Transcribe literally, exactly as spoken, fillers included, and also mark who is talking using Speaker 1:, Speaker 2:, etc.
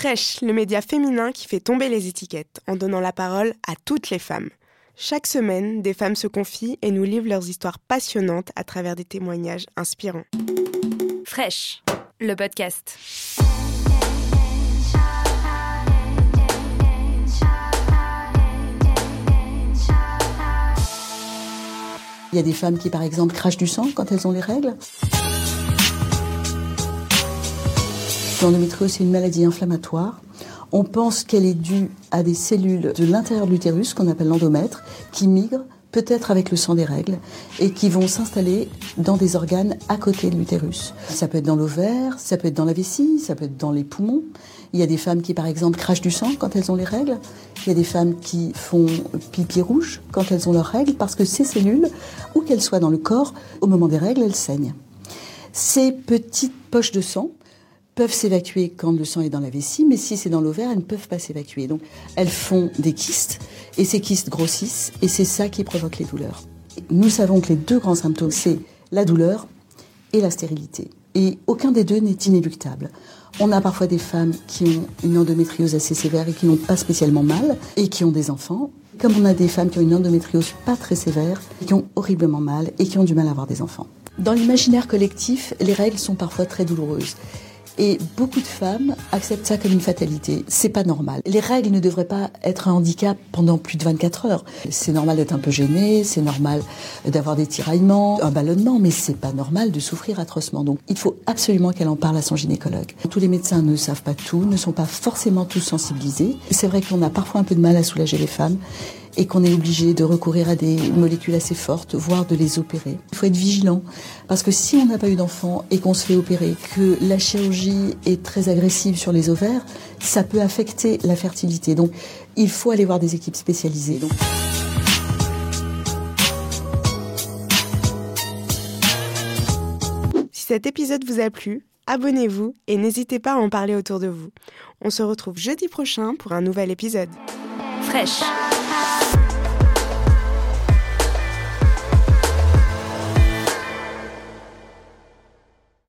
Speaker 1: Fresh, le média féminin qui fait tomber les étiquettes en donnant la parole à toutes les femmes. Chaque semaine, des femmes se confient et nous livrent leurs histoires passionnantes à travers des témoignages inspirants.
Speaker 2: Fresh, le podcast.
Speaker 3: Il y a des femmes qui, par exemple, crachent du sang quand elles ont les règles. L'endométriose, c'est une maladie inflammatoire. On pense qu'elle est due à des cellules de l'intérieur de l'utérus, qu'on appelle l'endomètre, qui migrent peut-être avec le sang des règles et qui vont s'installer dans des organes à côté de l'utérus. Ça peut être dans l'ovaire, ça peut être dans la vessie, ça peut être dans les poumons. Il y a des femmes qui, par exemple, crachent du sang quand elles ont les règles. Il y a des femmes qui font pipi rouge quand elles ont leurs règles parce que ces cellules, où qu'elles soient dans le corps, au moment des règles, elles saignent. Ces petites poches de sang peuvent s'évacuer quand le sang est dans la vessie, mais si c'est dans l'ovaire, elles ne peuvent pas s'évacuer. Donc, elles font des kystes, et ces kystes grossissent, et c'est ça qui provoque les douleurs. Nous savons que les deux grands symptômes, c'est la douleur et la stérilité. Et aucun des deux n'est inéluctable. On a parfois des femmes qui ont une endométriose assez sévère et qui n'ont pas spécialement mal, et qui ont des enfants. Comme on a des femmes qui ont une endométriose pas très sévère, qui ont horriblement mal, et qui ont du mal à avoir des enfants. Dans l'imaginaire collectif, les règles sont parfois très douloureuses. Et beaucoup de femmes acceptent ça comme une fatalité. C'est pas normal. Les règles ne devraient pas être un handicap pendant plus de vingt-quatre heures. C'est normal d'être un peu gêné, c'est normal d'avoir des tiraillements, un ballonnement, mais c'est pas normal de souffrir atrocement. Donc, il faut absolument qu'elle en parle à son gynécologue. Tous les médecins ne savent pas tout, ne sont pas forcément tous sensibilisés. C'est vrai qu'on a parfois un peu de mal à soulager les femmes et qu'on est obligé de recourir à des molécules assez fortes, voire de les opérer. Il faut être vigilant, parce que si on n'a pas eu d'enfant et qu'on se fait opérer, que la chirurgie est très agressive sur les ovaires, ça peut affecter la fertilité. Donc, il faut aller voir des équipes spécialisées. Donc...
Speaker 1: Si cet épisode vous a plu, abonnez-vous et n'hésitez pas à en parler autour de vous. On se retrouve jeudi prochain pour un nouvel épisode.
Speaker 2: Fresh.